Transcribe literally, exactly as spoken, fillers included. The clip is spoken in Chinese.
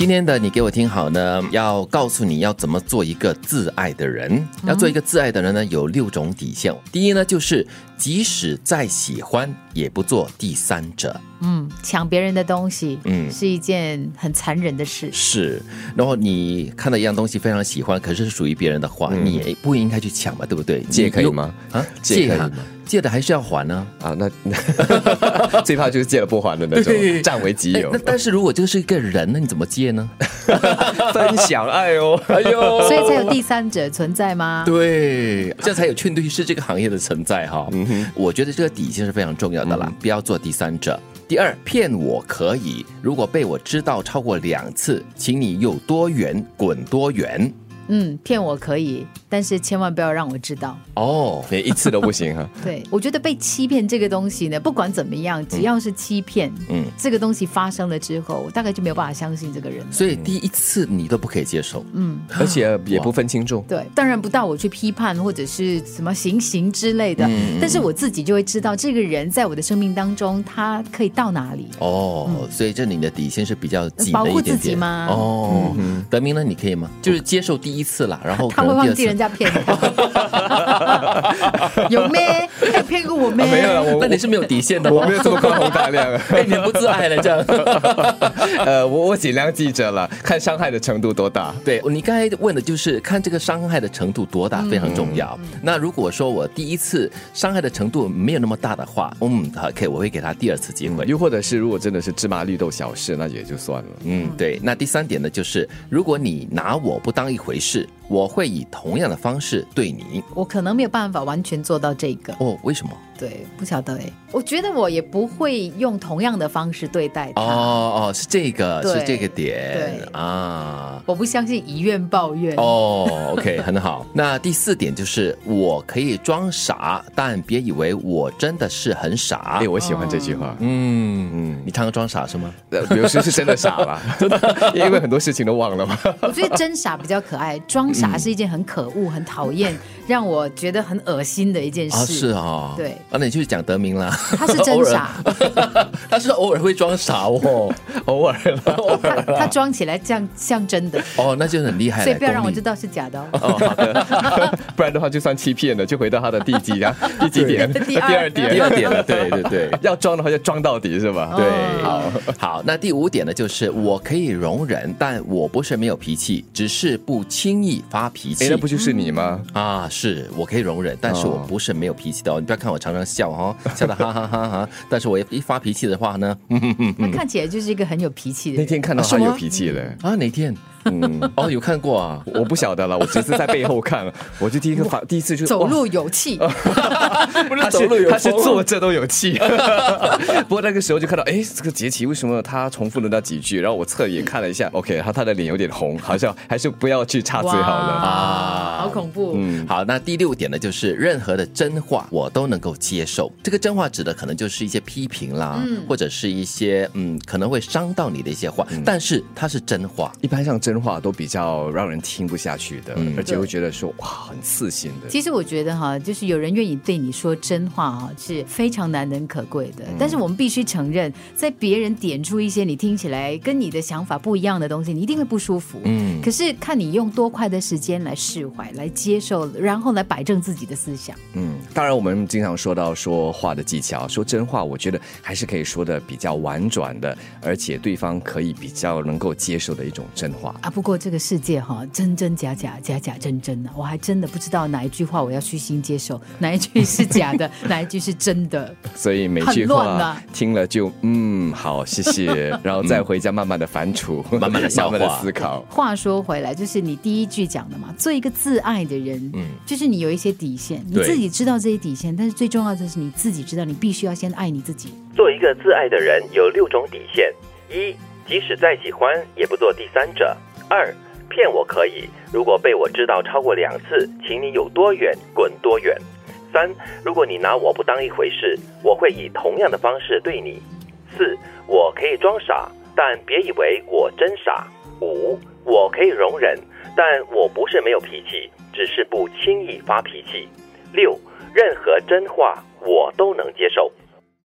今天的你给我听好呢，要告诉你要怎么做一个自爱的人。要做一个自爱的人呢，有六种底线。第一呢，就是即使再喜欢，也不做第三者。 嗯，抢别人的东西，嗯，是一件很残忍的事。 是，然后你看到一样东西非常喜欢，可是是属于别人的话，嗯、你也不应该去抢嘛，对不对？ 借可以吗？ 啊， 借可以吗？ 借的还是要还呢、 啊。啊，那最怕就是借了不还的那种，占为己有。 那但是如果这是一个人，那你怎么借呢？ 分享爱哦， 哎呦， 所以才有第三者存在吗？ 对，这才有劝律师这个行业的存在哈。嗯哼，我觉得这个底线是非常重要的啦，嗯、不要做第三者。第二，骗我可以，如果被我知道超过两次，请你有多远滚多远。 嗯，骗我可以，但是千万不要让我知道哦， 连一次都不行哈。 对，我觉得被欺骗这个东西呢，不管怎么样，只要是欺骗，嗯，这个东西发生了之后，我大概就没有办法相信这个人了。 所以第一次你都不可以接受， 嗯， 而且也不分轻重。 对，当然不到我去批判或者是什么行刑之类的，嗯、但是我自己就会知道这个人在我的生命当中，他可以到哪里。 哦，嗯、所以这里的底线是比较紧的一点点。 保护自己吗？ 哦，嗯、德明呢，你可以吗？就是接受第一次啦，然后他会忘记人家骗他，有咩？他有骗过我咩、啊？ 没有了，我那你是没有底线的， 我没有这么宽宏大量。 哎，你不自爱了这样？ 呃，我我尽量记着了，看伤害的程度多大。 对，你刚才问的就是看这个伤害的程度多大非常重要。嗯、那如果说我第一次伤害的程度没有那么大的话，嗯 ，OK， 我会给他第二次机会。 嗯、又或者是如果真的是芝麻绿豆小事，那也就算了。 嗯，对。那第三点呢，就是如果你拿我不当一回事，我会以同样的方式对你。 我可能没有办法完全做到这个。 哦，为什么？ 对，不晓得哎。我觉得我也不会用同样的方式对待他。 哦哦，是这个，是这个点。 对啊， 我不相信以怨报怨。 哦 ，OK， 很好。那第四点就是我可以装傻，但别以为我真的是很傻。 哎，我喜欢这句话。 嗯嗯，你常常装傻是吗？ 有时是真的傻吧，真的，因为很多事情都忘了嘛。 我觉得真傻比较可爱，装傻是一件很可恶、很讨厌、让我觉得很恶心的一件事。 啊，是哦， 对。 啊，那你就是讲德明啦。 他是真傻， 他是偶尔会装傻哦， 偶尔了，偶尔他, 他装起来像像真的。 哦，那就很厉害了。 所以不要让我知道是假的哦。 哦，好的，不然的话就算欺骗了，就回到他的第几啊？第几点？ 第二点， 第二点了。对对对， 要装的话就装到底是吧？ 对，好，好。那第五点呢，就是我可以容忍，但我不是没有脾气，只是不轻易发脾气。 哎，那不就是你吗？ 啊，是我可以容忍，但是我不是没有脾气的哦。你不要看我常常笑哈，笑得哈哈哈哈，但是我一发脾气的话呢， 他看起来就是一个很有脾气的人。 那天看到他有脾气了啊？哪天？嗯，哦，有看过啊？ 我不晓得了，我只是在背后看了。我就第一个发，第一次就走路有气， 不是走路有， 他是坐着都有气。不过那个时候就看到，哎，这个节气为什么他重复了那几句？然后我侧眼看了一下 ，OK， 他他的脸有点红，好像还是不要去插嘴好了啊，好恐怖。 嗯，好，那第六点呢，就是任何的真话我都能够接受。这个真话指的可能就是一些批评啦，嗯、或者是一些嗯可能会伤到你的一些话，嗯、但是它是真话。 一般上真话都比较让人听不下去的，嗯、而且会觉得说哇很刺心的。 其实我觉得哈，就是有人愿意对你说真话哈，是非常难能可贵的。嗯、但是我们必须承认，在别人点出一些你听起来跟你的想法不一样的东西，你一定会不舒服。嗯，可是看你用多快的时间来释怀、来接受，然后来摆正自己的思想。 嗯，当然我们经常说到说话的技巧，说真话，我觉得还是可以说的比较婉转的，而且对方可以比较能够接受的一种真话啊。不过这个世界哈，真真假假，假假真真啊，我还真的不知道哪一句话我要虚心接受，哪一句是假的，哪一句是真的。 所以每句话听了就嗯好，谢谢，然后再回家慢慢的反刍， 慢慢的消化， 慢慢的思考。 话说回来，就是你第一句讲的嘛，做一个自爱的人，嗯，就是你有一些底线，你自己知道这些底线，但是最重要的是你自己知道，你必须要先爱你自己。 做一个自爱的人有六种底线：一，即使再喜欢也不做第三者；二，骗我可以，如果被我知道超过两次，请你有多远滚多远；三，如果你拿我不当一回事，我会以同样的方式对你；四，我可以装傻，但别以为我真傻；五，我可以容忍，但我不是没有脾气，只是不轻易发脾气；六，任何真话我都能接受。